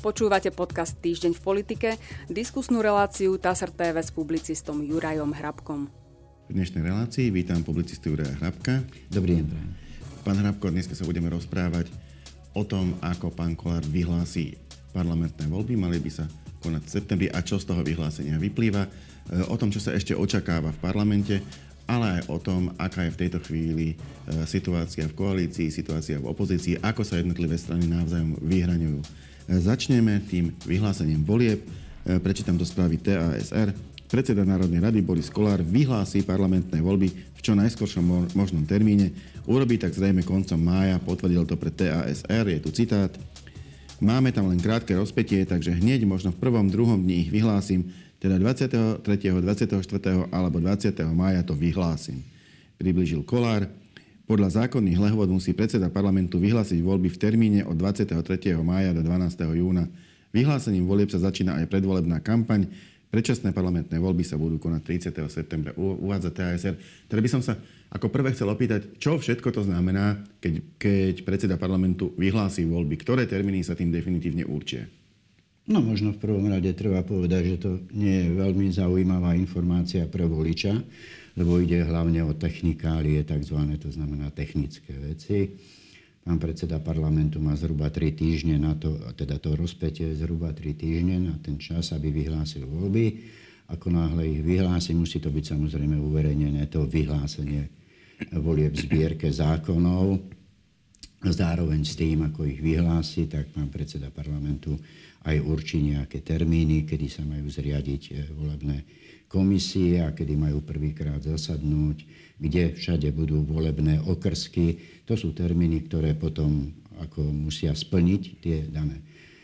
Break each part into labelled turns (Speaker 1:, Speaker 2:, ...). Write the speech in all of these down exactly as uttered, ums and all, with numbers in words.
Speaker 1: Počúvate podcast Týždeň v politike, diskusnú reláciu TASR té vé s publicistom Jurajom Hrabkom.
Speaker 2: V dnešnej relácii vítam publicistu Juraja Hrabka.
Speaker 3: Dobrý deň, prajem.
Speaker 2: Pán Hrabko, dnes sa budeme rozprávať o tom, ako pán Kollár vyhlási parlamentné voľby. Mali by sa konať v septembri a čo z toho vyhlásenia vyplýva. O tom, čo sa ešte očakáva v parlamente, ale aj o tom, aká je v tejto chvíli situácia v koalícii, situácia v opozícii, ako sa jednotlivé strany navzájom vyhraňujú. Začneme tým vyhlásením volieb. Prečítam do správy té a es er. Predseda Národnej rady Boris Kollár vyhlási parlamentné voľby v čo najskoršom možnom termíne. Urobí tak zrejme koncom mája, potvrdil to pre té a es er, je tu citát. Máme tam len krátke rozpätie, takže hneď možno v prvom, druhom dni ich vyhlásim, teda dvadsiateho tretieho, dvadsiateho štvrtého alebo dvadsiateho mája to vyhlásim, priblížil Kollár. Podľa zákonných lehôd musí predseda parlamentu vyhlásiť voľby v termíne od dvadsiateho tretieho mája do dvanásteho júna. Vyhlásením volieb sa začína aj predvolebná kampaň. Predčasné parlamentné voľby sa budú konať tridsiateho septembra, uvádza té a es er. Teda by som sa ako prvé chcel opýtať, čo všetko to znamená, keď, keď predseda parlamentu vyhlási voľby. Ktoré termíny sa tým definitívne určia?
Speaker 3: No možno v prvom rade treba povedať, že to nie je veľmi zaujímavá informácia pre voliča, lebo ide hlavne o technikálie, takzvané, to znamená technické veci. Pán predseda parlamentu má zhruba tri týždne na to, teda to rozpätie zhruba tri týždne na ten čas, aby vyhlásil voľby. Ako náhle ich vyhlási, musí to byť samozrejme uverejnené to vyhlásenie volieb v zbierke zákonov. Zároveň s tým, ako ich vyhlási, tak pán predseda parlamentu aj určí nejaké termíny, kedy sa majú zriadiť volebné komisie a kedy majú prvýkrát zasadnúť, kde všade budú volebné okrsky. To sú termíny, ktoré potom ako musia splniť tie dané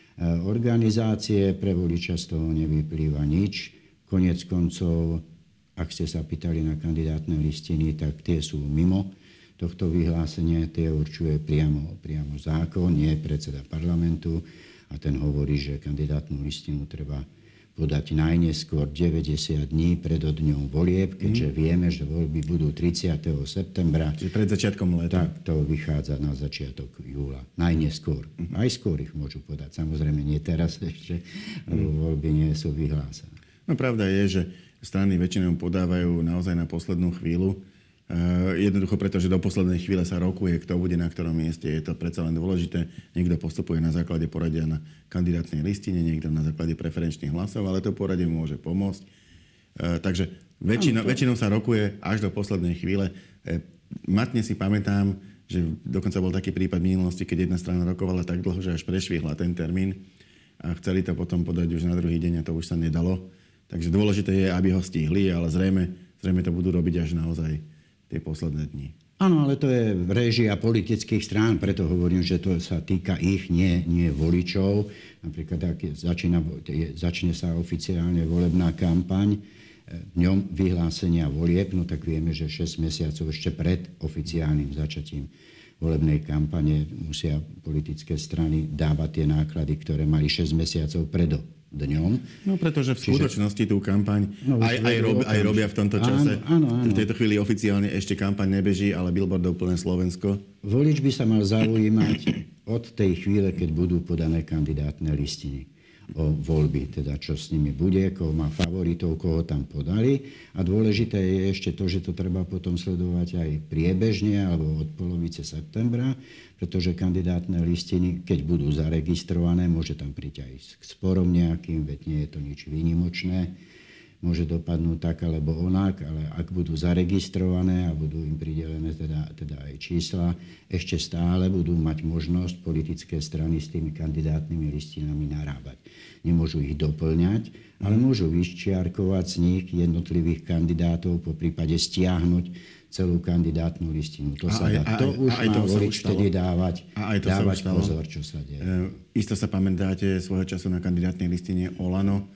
Speaker 3: organizácie. Pre voliča z toho nevyplýva nič. Koniec koncov, ak ste sa pýtali na kandidátne listiny, tak tie sú mimo tohto vyhlásenia, tie určuje priamo, priamo zákon, nie predseda parlamentu. A ten hovorí, že kandidátnu listinu treba podať najneskôr deväťdesiat dní pred dňom volieb, keďže mm. vieme, že voľby budú tridsiateho septembra.
Speaker 2: Čiže pred začiatkom leta.
Speaker 3: Tak to vychádza na začiatok júla. Najneskôr. Mm. Aj skôr ich môžu podať. Samozrejme nie teraz ešte, lebo mm. voľby nie sú vyhlásené.
Speaker 2: No pravda je, že strany väčšinou podávajú naozaj na poslednú chvíľu. Uh, jednoducho preto, že do poslednej chvíle sa rokuje, kto bude na ktorom mieste. Je to predsa len dôležité. Niekto postupuje na základe poradia na kandidátnej listine, niekto na základe preferenčných hlasov, ale to poradie môže pomôcť. Uh, takže väčšinou, to... väčšinou sa rokuje až do poslednej chvíle. Uh, matne si pamätám, že dokonca bol taký prípad v minulosti, keď jedna strana rokovala tak dlho, že až prešvihla ten termín a chceli to potom podať už na druhý deň a to už sa nedalo. Takže dôležité je, aby ho stihli, ale zrejme, zrejme to budú robiť až naozaj tie posledné dni.
Speaker 3: Áno, ale to je réžia politických strán, preto hovorím, že to sa týka ich, nie, nie voličov. Napríklad, ak začína, začne sa oficiálne volebná kampaň, dňom vyhlásenia volieb, no tak vieme, že šesť mesiacov ešte pred oficiálnym začatím volebnej kampane musia politické strany dávať tie náklady, ktoré mali šesť mesiacov predo dňom.
Speaker 2: No pretože v skutočnosti tú kampaň no, aj, aj, rob, aj robia v tomto čase.
Speaker 3: Áno, áno, áno.
Speaker 2: V tejto chvíli oficiálne ešte kampaň nebeží, ale billboardov plné Slovensko.
Speaker 3: Volič by sa mal zaujímať od tej chvíle, keď budú podané kandidátne listiny o voľby, teda čo s nimi bude, koho má favoritov, koho tam podali. A dôležité je ešte to, že to treba potom sledovať aj priebežne alebo od polovice septembra, pretože kandidátne listiny, keď budú zaregistrované, môže tam prísť aj k sporom nejakým, veď nie je to nič výnimočné. Môže dopadnúť tak alebo onak, ale ak budú zaregistrované a budú im pridelené teda, teda aj čísla, ešte stále budú mať možnosť politické strany s tými kandidátnymi listinami narábať. Nemôžu ich doplňať, ale môžu vyščiarkovať z nich jednotlivých kandidátov, po prípade stiahnuť celú kandidátnu listinu. To sa dá.
Speaker 2: A,
Speaker 3: to
Speaker 2: a,
Speaker 3: už
Speaker 2: a,
Speaker 3: má volič vtedy dávať,
Speaker 2: a aj to
Speaker 3: dávať pozor, čo sa deje.
Speaker 2: E, isto sa pamätáte svojho času na kandidátnej listine Olano.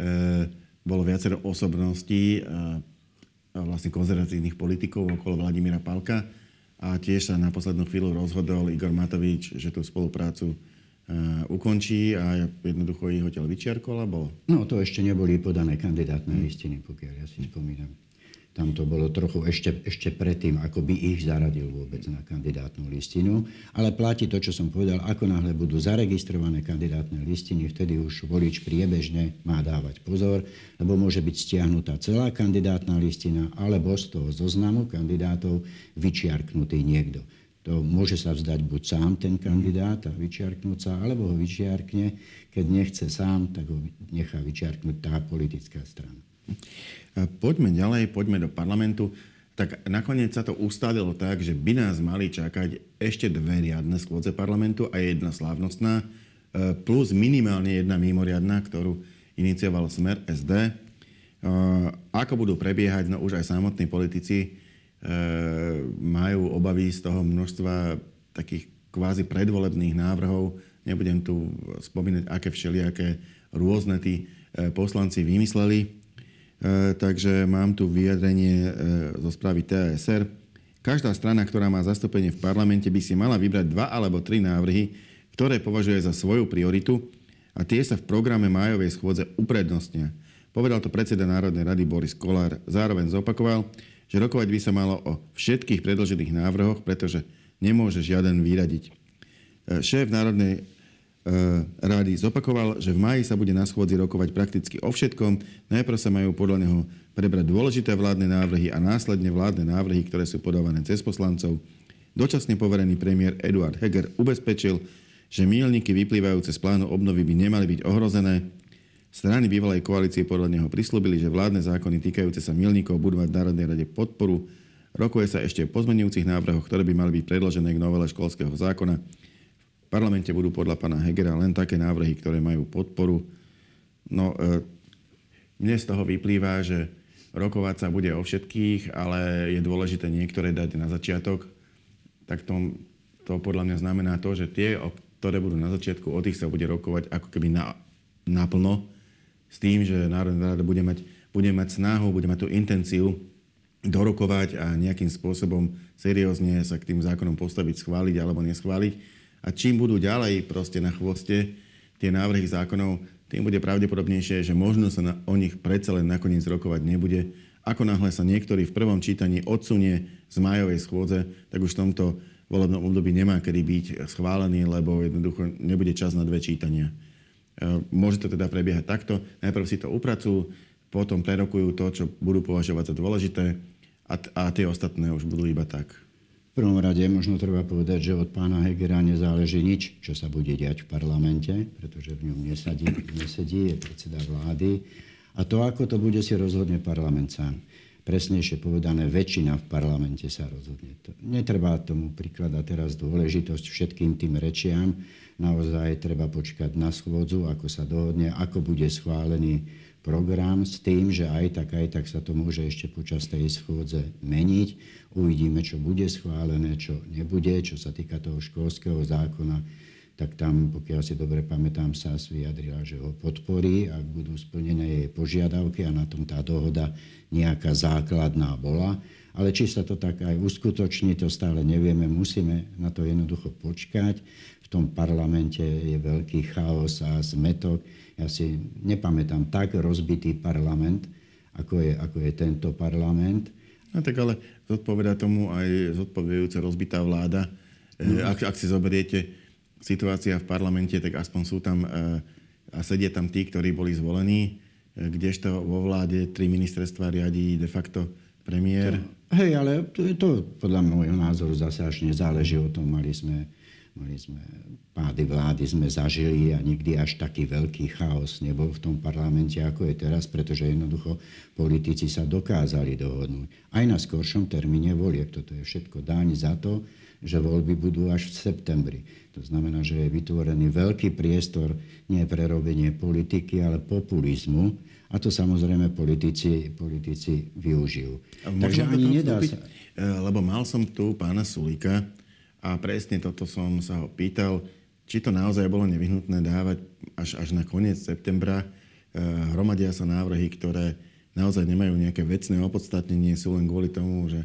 Speaker 2: E, bolo viacero osobností a, a vlastne konzervatívnych politikov okolo Vladimíra Palka a tiež sa na poslednú chvíľu rozhodol Igor Matovič, že tú spoluprácu uh, ukončí a jednoducho ich hotel vyčiarkol a bolo.
Speaker 3: No to ešte neboli podané kandidátne listiny, pokiaľ ja si spomínam. Tam to bolo trochu ešte, ešte predtým, ako by ich zaradil vôbec na kandidátnu listinu. Ale platí to, čo som povedal, ako náhle budú zaregistrované kandidátne listiny, vtedy už volič priebežne má dávať pozor, lebo môže byť stiahnutá celá kandidátna listina alebo z toho zoznamu kandidátov vyčiarknutý niekto. To môže sa vzdať buď sám ten kandidát a vyčiarknúť sa, alebo ho vyčiarkne. Keď nechce sám, tak ho nechá vyčiarknúť tá politická strana.
Speaker 2: Poďme ďalej, poďme do parlamentu. Tak nakoniec sa to ustálilo tak, že by nás mali čakať ešte dve riadne schôdze parlamentu a jedna slávnostná, plus minimálne jedna mimoriadna, ktorú inicioval Smer es dé. Ako budú prebiehať, no už aj samotní politici majú obavy z toho množstva takých kvázi predvolebných návrhov. Nebudem tu spomínať, aké všelijaké rôzne tí poslanci vymysleli. E, takže mám tu vyjadrenie e, zo správy té a es er. Každá strana, ktorá má zastúpenie v parlamente, by si mala vybrať dva alebo tri návrhy, ktoré považuje za svoju prioritu a tie sa v programe májovej schôdze uprednostnia. Povedal to predseda Národnej rady Boris Kollár. Zároveň zopakoval, že rokovať by sa malo o všetkých predložených návrhoch, pretože nemôže žiaden vyradiť. E, šéf Národnej rady zopakoval, že v máji sa bude na schôdzi rokovať prakticky o všetkom. Najprv sa majú podľa neho prebrať dôležité vládne návrhy a následne vládne návrhy, ktoré sú podávané cez poslancov. Dočasne poverený premiér Eduard Heger ubezpečil, že míľniky vyplývajúce z plánu obnovy by nemali byť ohrozené. Strany bývalej koalície podľa neho prislúbili, že vládne zákony týkajúce sa míľnikov budú mať v Národnej rade podporu. Rokuje sa ešte o pozmeňujúcich návrhoch, ktoré by mali byť predložené k novele školského zákona. V parlamente budú podľa pána Hegera len také návrhy, ktoré majú podporu. No, e, mne z toho vyplýva, že rokovať sa bude o všetkých, ale je dôležité niektoré dať na začiatok. Tak to, to podľa mňa znamená to, že tie, ktoré budú na začiatku, o tých sa bude rokovať ako keby na, naplno, s tým, že Národná rada bude mať, bude mať snahu, bude mať tú intenciu dorokovať a nejakým spôsobom seriózne sa k tým zákonom postaviť, schváliť alebo neschváliť. A čím budú ďalej proste na chvoste tie návrhy zákonov, tým bude pravdepodobnejšie, že možno sa na, o nich predsa len nakoniec rokovať nebude. Ako náhle sa niektorý v prvom čítaní odsunie z májovej schôdze, tak už v tomto volebnom období nemá kedy byť schválený, lebo jednoducho nebude čas na dve čítania. Môže to teda prebiehať takto. Najprv si to upracujú, potom prerokujú to, čo budú považovať za dôležité a, a tie ostatné už budú iba tak.
Speaker 3: V prvom rade možno treba povedať, že od pána Hegera nezáleží nič, čo sa bude diať v parlamente, pretože v ňom nesedí, nesedí je predseda vlády. A to, ako to bude, si rozhodne parlament sám. Presnejšie povedané, väčšina v parlamente sa rozhodne. Netreba tomu prikladať teraz dôležitosť všetkým tým rečiam. Naozaj treba počkať na schôdzu, ako sa dohodne, ako bude schválený program s tým, že aj tak, aj tak sa to môže ešte počas tej schôdze meniť. Uvidíme, čo bude schválené, čo nebude. Čo sa týka toho školského zákona, tak tam, pokiaľ si dobre pamätám, sa vyjadrila, že ho podporí, ak budú splnené jej požiadavky a na tom tá dohoda nejaká základná bola. Ale či sa to tak aj uskutoční, to stále nevieme. Musíme na to jednoducho počkať. V tom parlamente je veľký chaos a zmetok. Ja si nepamätám tak rozbitý parlament, ako je, ako je tento parlament.
Speaker 2: No tak ale zodpovedá tomu aj zodpovedajúca rozbitá vláda. No. Ak, ak si zoberiete situácia v parlamente, tak aspoň sú tam a sedia tam tí, ktorí boli zvolení, kdežto vo vláde tri ministerstvá riadí de facto premiér.
Speaker 3: To, hej, ale to, to podľa môjho názoru zase až nezáleží o tom. Mali sme Mali sme pády vlády, sme zažili a nikdy až taký veľký chaos nebol v tom parlamente, ako je teraz, pretože jednoducho politici sa dokázali dohodnúť. Aj na skoršom termíne volieb. Toto je všetko dáň za to, že voľby budú až v septembri. To znamená, že je vytvorený veľký priestor nie pre robenie politiky, ale populizmu. A to samozrejme politici, politici využijú.
Speaker 2: Takže ani nedá sa... Lebo mal som tu pána Sulíka, a presne toto som sa ho pýtal, či to naozaj bolo nevyhnutné dávať až, až na koniec septembra. Hromadia sa návrhy, ktoré naozaj nemajú nejaké vecné opodstatnenie, sú len kvôli tomu, že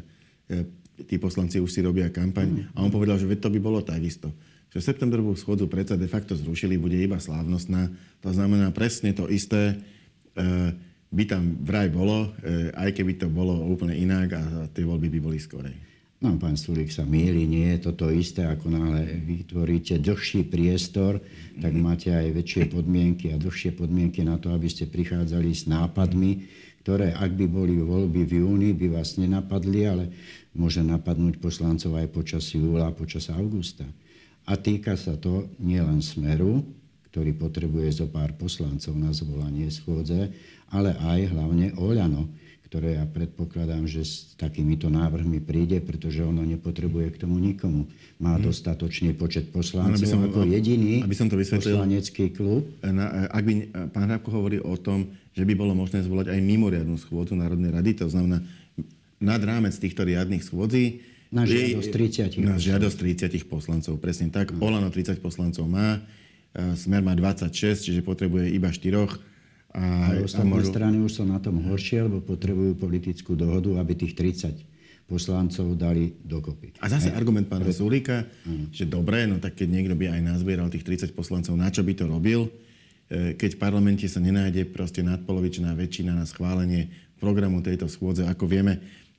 Speaker 2: tí poslanci už si robia kampaň. Mm. A on povedal, že to by bolo takisto. Že septembrovú schôdzu predsa de facto zrušili, bude iba slávnostná. To znamená presne to isté. by tam vraj bolo, aj keby to bolo úplne inak a tie voľby by boli skorej.
Speaker 3: No, pán Sulík sa mýli, nie je toto isté, ako náhle vytvoríte dlhší priestor, tak máte aj väčšie podmienky a dlhšie podmienky na to, aby ste prichádzali s nápadmi, ktoré, ak by boli voľby v júni, by vás nenapadli, ale môže napadnúť poslancov aj počas júla, počas augusta. A týka sa to nielen Smeru, ktorý potrebuje zo pár poslancov na zvolanie schôdze, ale aj hlavne Oľano, ktoré ja predpokladám, že s takýmito návrhmi príde, pretože ono nepotrebuje k tomu nikomu. Má hmm. dostatočný počet poslancov som, ako jediný aby som to poslanecký klub.
Speaker 2: Na, ak by pán Hrabko hovorí o tom, že by bolo možné zvolať aj mimoriadnu schôdzu Národnej rady, to znamená nad rámec týchto riadnych schôdzí,
Speaker 3: na žiadosť tridsať.
Speaker 2: Na žiadosť tridsať poslancov, presne tak. No. Oľano tridsať poslancov má, Smer má dvadsaťšesť, čiže potrebuje iba štyroch.
Speaker 3: A, a ostatné môžu... strany už sú na tom horšie, lebo potrebujú politickú dohodu, aby tých tridsať poslancov dali dokopy.
Speaker 2: A zase aj argument pána Pre... Sulíka, ano. Že dobre, no tak keď niekto by aj nazbieral tých tridsať poslancov, na čo by to robil, keď v parlamente sa nenájde proste nadpolovičná väčšina na schválenie programu tejto schôdze. Ako vieme,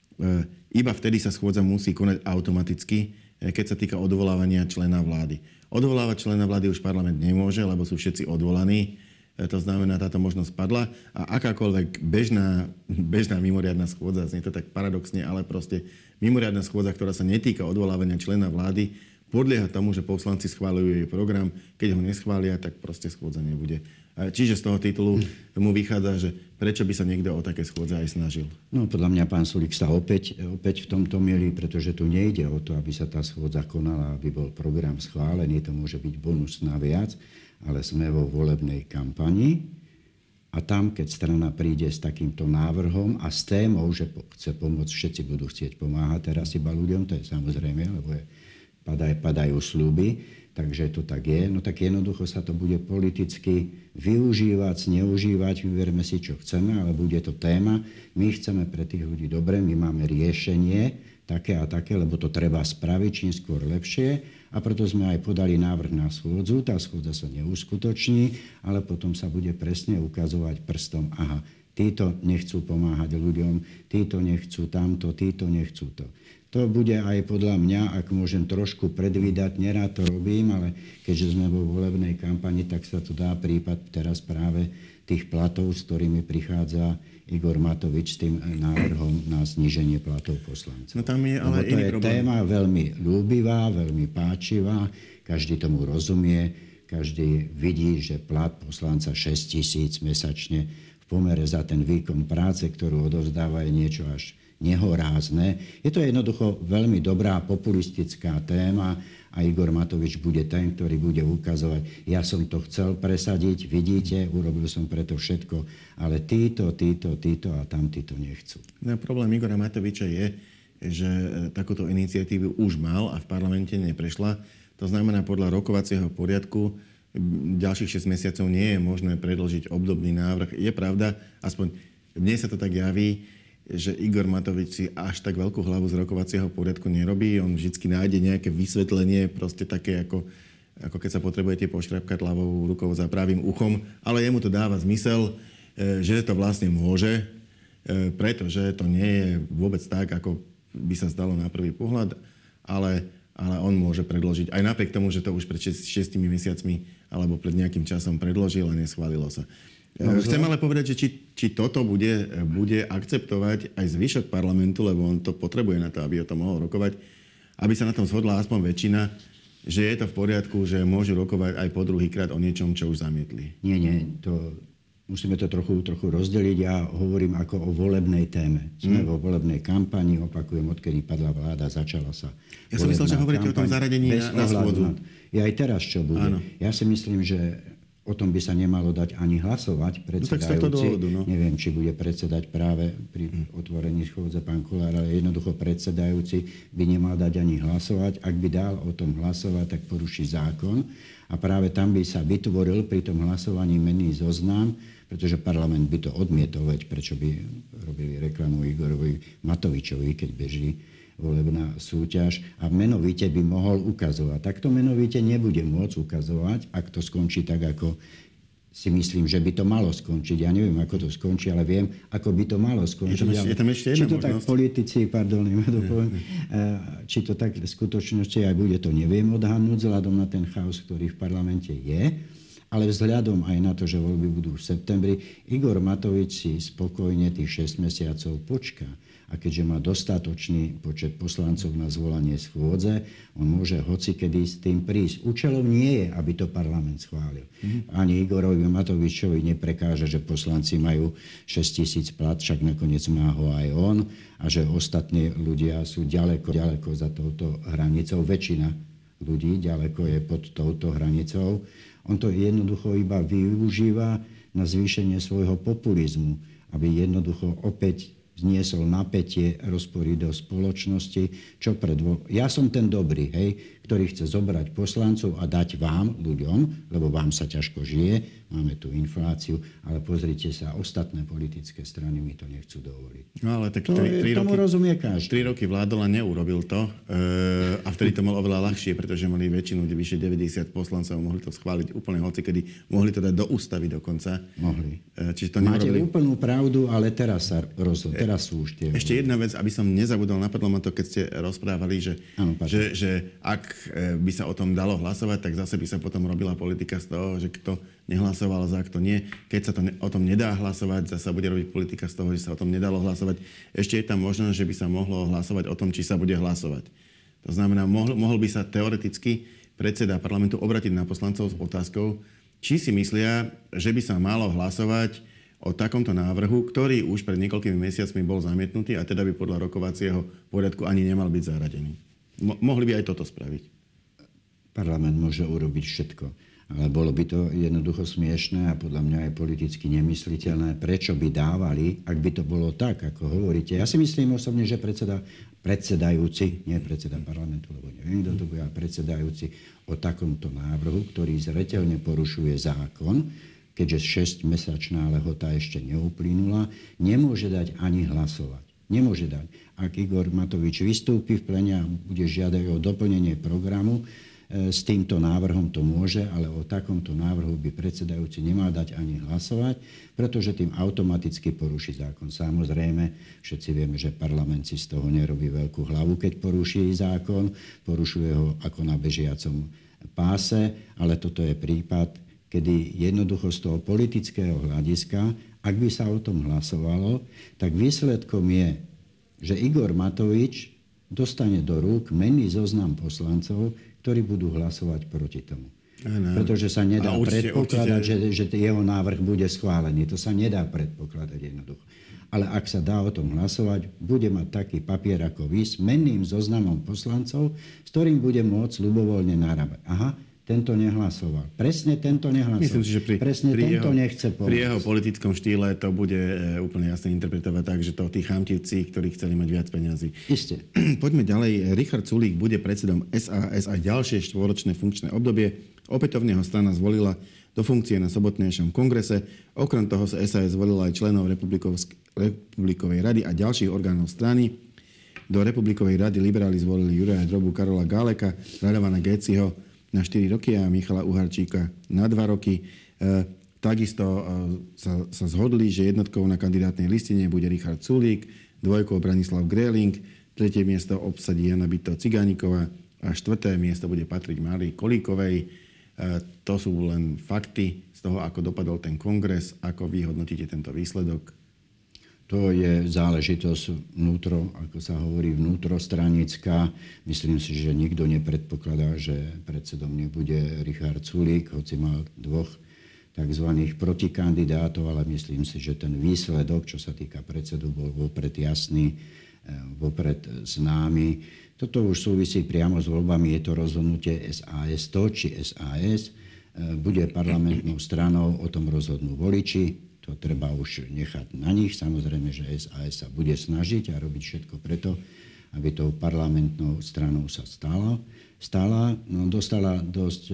Speaker 2: iba vtedy sa schôdza musí konať automaticky, keď sa týka odvolávania člena vlády. Odvolávať člena vlády už parlament nemôže, lebo sú všetci odvolaní. To znamená, táto možnosť padla a akákoľvek bežná, bežná mimoriadna schôdza, znie to tak paradoxne, ale proste mimoriadna schôdza, ktorá sa netýka odvolávania člena vlády, podlieha tomu, že poslanci schváľujú jej program. Keď ho neschvália, tak proste schôdza nebude. Čiže z toho titulu mu vychádza, že prečo by sa niekto o také schôdze aj snažil?
Speaker 3: No podľa mňa pán Sulík sa opäť, opäť v tomto mýli, pretože tu nejde o to, aby sa tá schôdza konala, aby bol program schválený. To môže byť bonus naviac, ale sme vo volebnej kampani a tam, keď strana príde s takýmto návrhom a s témou, že chce pomôcť, všetci budú chcieť pomáhať teraz iba ľuďom, to je samozrejme, lebo je, padaj, padajú sľuby, takže to tak je, no tak jednoducho sa to bude politicky využívať, zneužívať, vyberme si, čo chceme, ale bude to téma. My chceme pre tých ľudí dobre, my máme riešenie také a také, lebo to treba spraviť čím skôr lepšie a preto sme aj podali návrh na schôdzu. Tá schôdza sa neuskutoční, ale potom sa bude presne ukazovať prstom, aha, títo nechcú pomáhať ľuďom, títo nechcú tamto, títo nechcú to. To bude aj podľa mňa, ak môžem trošku predvídať, nerád to robím, ale keďže sme vo volebnej kampani, tak sa tu dá prípad teraz práve tých platov, s ktorými prichádza Igor Matovič s tým návrhom na zníženie platov poslancov.
Speaker 2: No tam je ale
Speaker 3: Lebo to je problém. Téma veľmi ľúbivá, veľmi páčivá, každý tomu rozumie, každý vidí, že plat poslanca šesť tisíc mesačne v pomere za ten výkon práce, ktorú odovzdáva, je niečo až nehorázne. Je to jednoducho veľmi dobrá populistická téma a Igor Matovič bude ten, ktorý bude ukazovať, ja som to chcel presadiť, vidíte, urobil som preto všetko, ale títo, títo, títo a tamtí to nechcú.
Speaker 2: No, problém Igora Matoviča je, že takúto iniciatívu už mal a v parlamente neprešla. To znamená, podľa rokovacieho poriadku ďalších šesť mesiacov nie je možné predložiť obdobný návrh. Je pravda, aspoň mne sa to tak javí, že Igor Matovič si až tak veľkú hlavu z rokovacieho poriadku nerobí. On vždy nájde nejaké vysvetlenie, proste také, ako, ako keď sa potrebujete poštrapkať ľavou rukou za pravým uchom. Ale jemu to dáva zmysel, že to vlastne môže, pretože to nie je vôbec tak, ako by sa zdalo na prvý pohľad, ale, ale on môže predložiť. Aj napriek tomu, že to už pred šiestimi mesiacmi alebo pred nejakým časom predložil a neschválilo sa. No, chcem ale povedať, že či, či toto bude, bude akceptovať aj zvyšok parlamentu, lebo on to potrebuje na to, aby o tom mohol rokovať, aby sa na tom zhodla aspoň väčšina, že je to v poriadku, že môžu rokovať aj po druhýkrát o niečom, čo už zamietli.
Speaker 3: Nie, nie, to, musíme to trochu, trochu rozdeliť. Ja hovorím ako o volebnej téme. Sme hmm. vo volebnej kampani, opakujem, odkedy padla vláda, začala sa
Speaker 2: Ja som myslel, že hovoríte o tom zaradení na, na schôdzu.
Speaker 3: Ja aj teraz, čo bude. Áno. Ja si myslím, že o tom by sa nemalo dať ani hlasovať. Predsedajúci, no dôvodu, no. Neviem, či bude predsedať práve pri otvorení schôdze pán Kollár, ale jednoducho predsedajúci by nemal dať ani hlasovať. Ak by dal o tom hlasovať, tak poruší zákon. A práve tam by sa vytvoril pri tom hlasovaní menný zoznam, pretože parlament by to odmietol, veď prečo by robili reklamu Igorovi Matovičovi, keď beží volebná súťaž a menovite by mohol ukazovať. Takto menovite nebude môcť ukazovať, ak to skončí tak, ako si myslím, že by to malo skončiť. Ja neviem, ako to skončí, ale viem, ako by to malo skončiť.
Speaker 2: Je tam ešte, je tam ešte jedna
Speaker 3: či to
Speaker 2: možnosť.
Speaker 3: Tak politici, pardon, poviem, či to tak v skutočnosti aj bude, to neviem odhadnúť, vzhľadom na ten chaos, ktorý v parlamente je, ale vzhľadom aj na to, že voľby budú v septembri, Igor Matovič si spokojne tých šesť mesiacov počká. A keďže má dostatočný počet poslancov na zvolanie schôdze, on môže hocikedy s tým prísť. Účelom nie je, aby to parlament schválil. Mm. Ani Igorovi Matovičovi neprekáže, že poslanci majú šesť tisíc plat, však nakoniec má ho aj on, a že ostatní ľudia sú ďaleko, ďaleko za touto hranicou. Väčšina ľudí ďaleko je pod touto hranicou. On to jednoducho iba využíva na zvýšenie svojho populizmu, aby jednoducho opäť zniesol napätie, rozpory do spoločnosti, čo predvo... Ja som ten dobrý, hej, ktorý chce zobrať poslancov a dať vám, ľuďom, lebo vám sa ťažko žije, máme tu infláciu, ale pozrite sa, ostatné politické strany mi to nechcú dovoliť.
Speaker 2: No ale tak
Speaker 3: to
Speaker 2: tri, tri
Speaker 3: tomu
Speaker 2: roky,
Speaker 3: rozumie každý.
Speaker 2: Tri roky vládol a neurobil to e, a vtedy to mal oveľa ľahšie, pretože mali väčšinu, vyše deväťdesiat poslancov, mohli to schváliť úplne hocikedy, mohli to dať do ústavy dokonca.
Speaker 3: Mohli.
Speaker 2: E, čiže to
Speaker 3: Máte
Speaker 2: neurobili.
Speaker 3: úplnú pravdu, ale teraz sa rozhodli. Teraz sú už tie...
Speaker 2: Ešte jedna vec, aby som nezabudol, napadlo ma to, keď ste rozprávali, že,
Speaker 3: Áno,
Speaker 2: že, že ak by sa o tom dalo hlasovať, tak zase by sa potom robila politika z toho, že kto nehlasoval za, kto nie. Keď sa to ne, o tom nedá hlasovať, zase bude robiť politika z toho, že sa o tom nedalo hlasovať. Ešte je tam možnosť, že by sa mohlo hlasovať o tom, či sa bude hlasovať. To znamená, mohol, mohol by sa teoreticky predseda parlamentu obratiť na poslancov s otázkou, či si myslia, že by sa malo hlasovať o takomto návrhu, ktorý už pred niekoľkými mesiacmi bol zamietnutý a teda by podľa rokovacieho poriadku ani nemal byť zaradený. Mo- mohli by aj toto spraviť.
Speaker 3: Parlament môže urobiť všetko, ale bolo by to jednoducho smiešné a podľa mňa aj politicky nemysliteľné, prečo by dávali, ak by to bolo tak, ako hovoríte. Ja si myslím osobne, že predseda, predsedajúci, nie predseda parlamentu, lebo neviem, kto to bude, ale predsedajúci o takomto návrhu, ktorý zreteľne porušuje zákon, keďže šesťmesačná lehota ešte neuplynula, nemôže dať ani hlasovať. Nemôže dať. Ak Igor Matovič vystúpi v plene a bude žiadať o doplnenie programu, e, s týmto návrhom to môže, ale o takomto návrhu by predsedajúci nemal dať ani hlasovať, pretože tým automaticky poruší zákon. Samozrejme, všetci vieme, že parlament si z toho nerobí veľkú hlavu, keď poruší zákon, porušuje ho ako na bežiacom páse, ale toto je prípad, kedy jednoducho z toho politického hľadiska, ak by sa o tom hlasovalo, tak výsledkom je, že Igor Matovič dostane do rúk menný zoznam poslancov, ktorí budú hlasovať proti tomu. Ano. Pretože sa nedá určite, predpokladať, určite... Že, že jeho návrh bude schválený. To sa nedá predpokladať jednoducho. Ale ak sa dá o tom hlasovať, bude mať taký papier ako vy s menným zoznamom poslancov, s ktorým bude môcť ľubovoľne narábať. Aha, tento nehlasoval. Presne tento nehlasoval.
Speaker 2: Myslím si, že pri,
Speaker 3: Presne
Speaker 2: pri,
Speaker 3: tento
Speaker 2: jeho,
Speaker 3: nechce pomôcť.
Speaker 2: Pri jeho politickom štýle to bude úplne jasne interpretovať tak, že to tí chamtivci, ktorí chceli mať viac peňazí.
Speaker 3: Isté.
Speaker 2: Poďme ďalej. Richard Sulík bude predsedom es a es aj ďalšie štvoročné funkčné obdobie. Opätovne ho strana zvolila do funkcie na sobotnejšom kongrese. Okrem toho sa es a es zvolila aj členov Republikovej rady a ďalších orgánov strany. Do Republikovej rady liberáli zvolili Juraja Drobu, Karola Gáleka, Radovana Géciho na štyri roky a Michala Uharčíka na dva roky. E, takisto e, sa, sa zhodli, že jednotkou na kandidátnej listine bude Richard Sulík, dvojkou Branislav Gréling, tretie miesto obsadí Jana Bito Cigániková a štvrté miesto bude patriť Márii Kolíkovej. E, to sú len fakty z toho, ako dopadol ten kongres. Ako vy hodnotíte tento výsledok?
Speaker 3: To je záležitosť vnútro, ako sa hovorí, vnútrostranická. Myslím si, že nikto nepredpokladá, že predsedom nebude Richard Sulík, hoci mal dvoch tzv. Protikandidátov, ale myslím si, že ten výsledok, čo sa týka predsedu, bol vopred jasný, vopred známy. Toto už súvisí priamo s voľbami, je to rozhodnutie es a es. To, či es a es bude parlamentnou stranou, o tom rozhodnú voliči. To treba už nechať na nich. Samozrejme, že es a es sa bude snažiť a robiť všetko preto, aby tou parlamentnou stranou sa stala. stala no, dostala dosť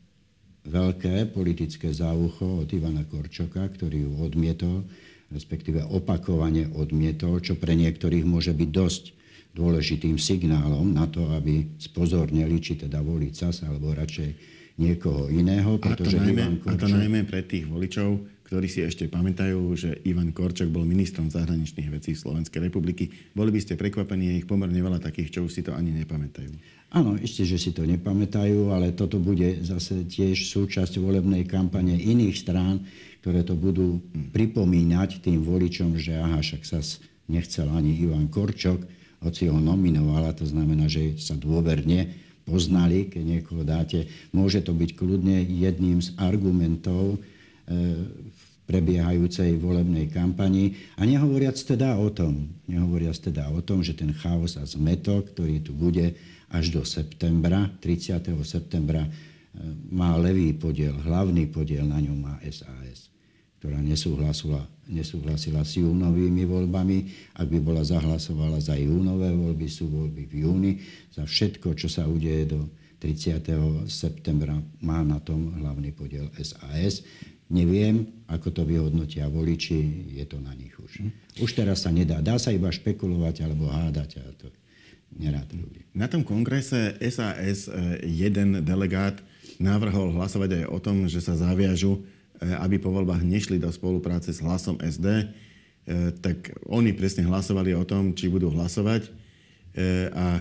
Speaker 3: veľké politické záucho od Ivana Korčoka, ktorý ju odmietol, respektíve opakovane odmietol, čo pre niektorých môže byť dosť dôležitým signálom na to, aby spozornili, či teda voliť es a es, alebo radšej niekoho iného, pretože
Speaker 2: a to najmä,
Speaker 3: Ivan Korčok...
Speaker 2: A to najmä pre tých voličov, ktorí si ešte pamätajú, že Ivan Korčok bol ministrom zahraničných vecí Slovenskej republiky. Boli by ste prekvapení, je ich pomerne veľa takých, čo už si to ani nepamätajú.
Speaker 3: Áno, ešte, že si to nepamätajú, ale toto bude zase tiež súčasť volebnej kampane iných strán, ktoré to budú pripomínať tým voličom, že aha, však sa nechcel ani Ivan Korčok, hoci ho nominovala, to znamená, že sa dôverne poznali, keď niekoho dáte. Môže to byť kľudne jedným z argumentov v prebiehajúcej volebnej kampani. A nehovoriac teda o tom, nehovoriac teda o tom, že ten chaos a zmetok, ktorý tu bude až do septembra, tridsiateho septembra, má levý podiel, hlavný podiel na ňom má es a es, ktorá nesúhlasila, nesúhlasila s júnovými voľbami. Ak by bola zahlasovala za júnové voľby, sú voľby v júni. Za všetko, čo sa udeje do tridsiateho septembra, má na tom hlavný podiel es a es. Neviem, ako to vyhodnotia voliči, je to na nich už. Už teraz sa nedá. Dá sa iba špekulovať alebo hádať a to nerád ľudí.
Speaker 2: Na tom kongrese es a es jeden delegát navrhol hlasovať aj o tom, že sa zaviažu, aby po voľbách nešli do spolupráce s Hlasom es dé. Tak oni presne hlasovali o tom, či budú hlasovať a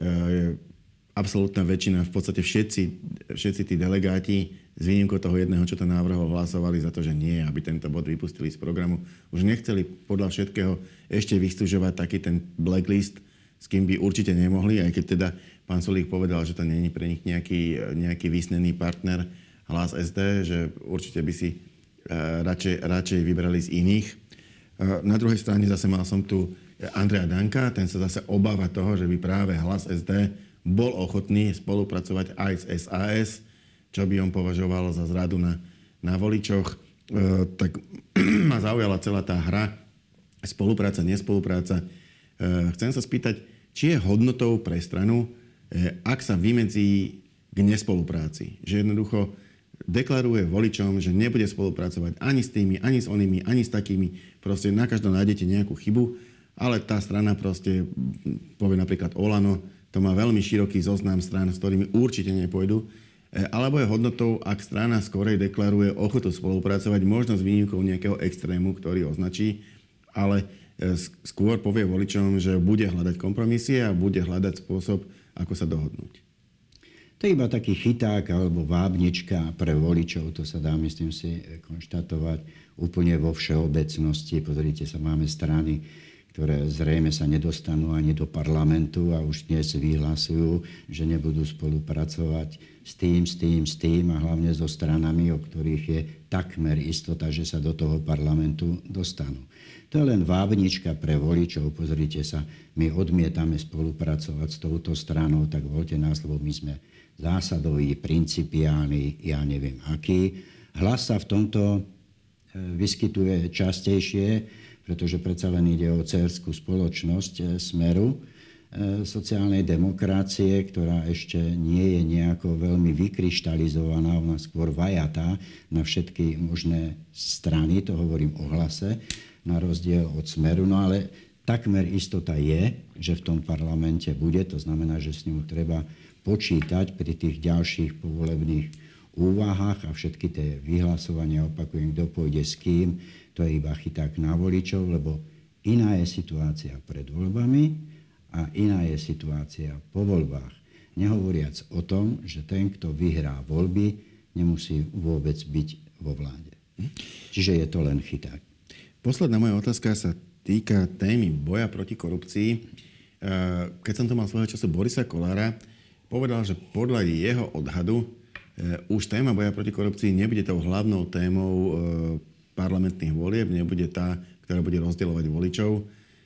Speaker 2: absolútna väčšina, v podstate všetci, všetci tí delegáti s výnimkou toho jedného, čo to návrhol, hlasovali za to, že nie, aby tento bod vypustili z programu. Už nechceli podľa všetkého ešte vystúžovať taký ten blacklist, s kým by určite nemohli, aj keď teda pán Sulík povedal, že to nie je pre nich nejaký, nejaký vysnený partner Hlas es dé, že určite by si uh, radšej, radšej vybrali z iných. Uh, na druhej strane zase mal som tu Andreja Danka, ten sa zase obáva toho, že by práve Hlas es dé bol ochotný spolupracovať aj s es a es, čo by on považoval za zradu na, na voličoch. Uh, tak ma zaujala celá tá hra, spolupráca, nespolupráca. Uh, chcem sa spýtať, či je hodnotou pre stranu, uh, ak sa vymedzí k nespolupráci. Že jednoducho deklaruje voličom, že nebude spolupracovať ani s tými, ani s onými, ani s takými. Proste na každom nájdete nejakú chybu, ale tá strana proste, povie napríklad Olano, to má veľmi široký zoznam strán, s ktorými určite nepôjdu. Alebo je hodnotou, ak strana skorej deklaruje ochotu spolupracovať, možno s výnimkou nejakého extrému, ktorý označí, ale skôr povie voličom, že bude hľadať kompromisie a bude hľadať spôsob, ako sa dohodnúť.
Speaker 3: To je iba taký chyták alebo vábnička pre voličov, to sa dá, myslím si, konštatovať úplne vo všeobecnosti. Pozrite sa, máme strany, ktoré zrejme sa nedostanú ani do parlamentu a už dnes vyhlasujú, že nebudú spolupracovať s tým, s tým, s tým a hlavne so stranami, o ktorých je takmer istota, že sa do toho parlamentu dostanú. To je len vábnička pre voličov. Pozrite sa, my odmietame spolupracovať s touto stranou, tak voľte nás, lebo my sme zásadový, principiálny, ja neviem aký. Hlas sa v tomto vyskytuje častejšie, pretože predsa len ide o dcérskú spoločnosť Smeru, sociálnej demokracie, ktorá ešte nie je nejako veľmi vykryštalizovaná, ona skôr vajatá na všetky možné strany, to hovorím o Hlase, na rozdiel od Smeru, no ale takmer istota je, že v tom parlamente bude, to znamená, že s ním treba počítať pri tých ďalších povolebných úvahách a všetky tie vyhlasovania, opakujem, kto pôjde s kým, to je iba chyták na voličov, lebo iná je situácia pred voľbami a iná je situácia po voľbách. Nehovoriac o tom, že ten, kto vyhrá voľby, nemusí vôbec byť vo vláde. Čiže je to len chyták.
Speaker 2: Posledná moja otázka sa týka témy boja proti korupcii. Keď som to mal svojho času Borisa Kollára, povedal, že podľa jeho odhadu už téma boja proti korupcii nebude tou hlavnou témou parlamentných volieb, nebude tá, ktorá bude rozdielovať voličov,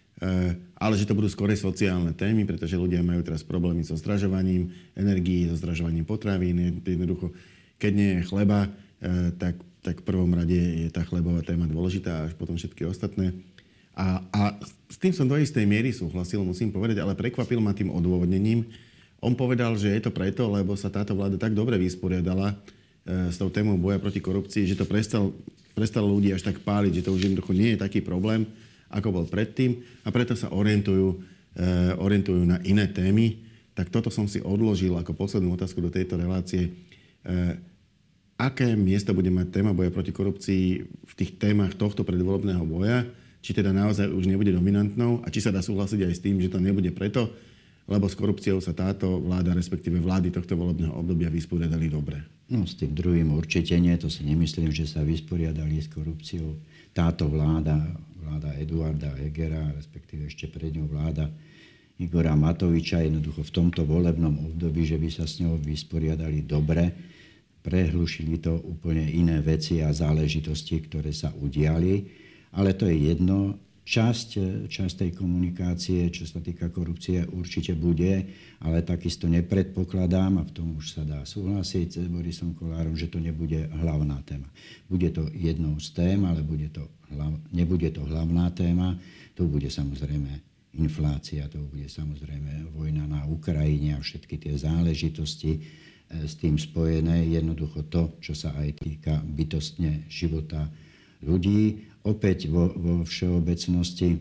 Speaker 2: ale že to budú skôr sociálne témy, pretože ľudia majú teraz problémy so zdražovaním energií, so zdražovaním potravín. Jednoducho, keď nie je chleba, tak, tak v prvom rade je tá chlebová téma dôležitá, až potom všetky ostatné. A, a s tým som do istej miery súhlasil, musím povedať, ale prekvapil ma tým odôvodnením. On povedal, že je to preto, lebo sa táto vláda tak dobre vysporiadala e, s tou témou boja proti korupcii, že to prestal, prestalo ľudí až tak páliť, že to už jednoducho nie je taký problém, ako bol predtým, a preto sa orientujú, e, orientujú na iné témy. Tak toto som si odložil ako poslednú otázku do tejto relácie. Aké miesto bude mať téma boja proti korupcii v tých témach tohto predvolebného boja? Či teda naozaj už nebude dominantnou a či sa dá súhlasiť aj s tým, že to nebude preto, lebo s korupciou sa táto vláda, respektíve vlády tohto volebného obdobia vysporiadali dobre?
Speaker 3: No s tým druhým určite nie, to si nemyslím, že sa vysporiadali s korupciou. Táto vláda, vláda Eduarda Hegera, respektíve ešte pred ňou vláda Igora Matoviča, jednoducho v tomto volebnom období, že by sa s ňou vysporiadali dobre, prehlušili to úplne iné veci a záležitosti, ktoré sa udiali. Ale to je jedno. Časť, časť tej komunikácie, čo sa týka korupcie, určite bude, ale takisto nepredpokladám, a v tom už sa dá súhlasiť s Borisom Kollárom, že to nebude hlavná téma. Bude to jednou z tém, ale bude to hlav, nebude to hlavná téma. To bude samozrejme inflácia, to bude samozrejme vojna na Ukrajine a všetky tie záležitosti s tým spojené, jednoducho to, čo sa aj týka bytostne života ľudí. Opäť vo, vo všeobecnosti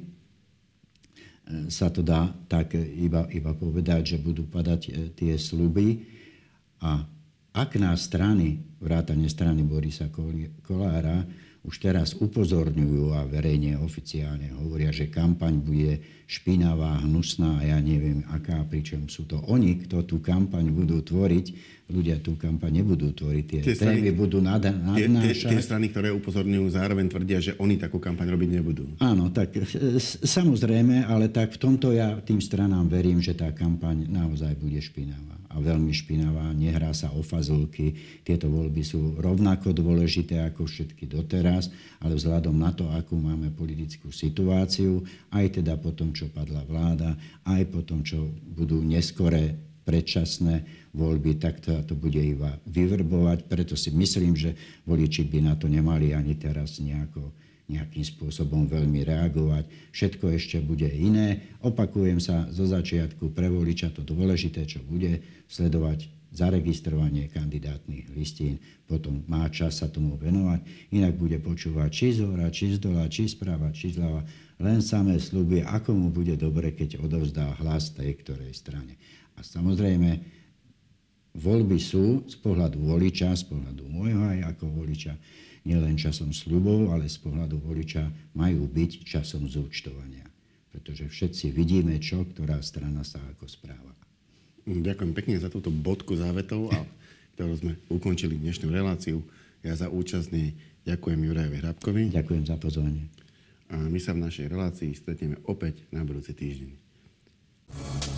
Speaker 3: sa to dá tak iba, iba povedať, že budú padať tie sľuby a ak nás strany, vrátane strany Borisa Kollára, už teraz upozorňujú a verejne, oficiálne hovoria, že kampaň bude špinavá, hnusná a ja neviem aká, pričom sú to oni, kto tú kampaň budú tvoriť. Ľudia tú kampaň nebudú tvoriť, tie, tie témy strany, budú nad, nadnášať.
Speaker 2: Tie, tie, tie strany, ktoré upozorňujú, zároveň tvrdia, že oni takú kampaň robiť nebudú.
Speaker 3: Áno, tak samozrejme, ale tak v tomto ja tým stranám verím, že tá kampaň naozaj bude špinavá. A veľmi špinavá, nehrá sa o fazulky. Tieto voľby sú rovnako dôležité ako všetky doteraz, ale vzhľadom na to, akú máme politickú situáciu, aj teda po tom, čo padla vláda, aj po tom, čo budú neskoré predčasné voľby, tak to, to bude iba vyvrbovať. Preto si myslím, že voliči by na to nemali ani teraz nejako, nejakým spôsobom veľmi reagovať. Všetko ešte bude iné. Opakujem sa zo začiatku pre voliča to dôležité, čo bude sledovať zaregistrovanie kandidátnych listín, potom má čas sa tomu venovať, inak bude počúvať či z hora, či z dola, či správa, či zľava, len samé sľuby, ako mu bude dobre, keď odovzdá hlas tej ktorej strane. A samozrejme, voľby sú z pohľadu voliča, z pohľadu môjho aj ako voliča, nielen časom sľubov, ale z pohľadu voliča majú byť časom zúčtovania. Pretože všetci vidíme, čo ktorá strana sa ako správa.
Speaker 2: Ďakujem pekne za túto bodku závetov, a ktorou sme ukončili dnešnú reláciu. Ja za účasť nej ďakujem Jurajovi Hrabkovi.
Speaker 3: Ďakujem za pozvanie.
Speaker 2: A my sa v našej relácii stretneme opäť na budúci týždeň.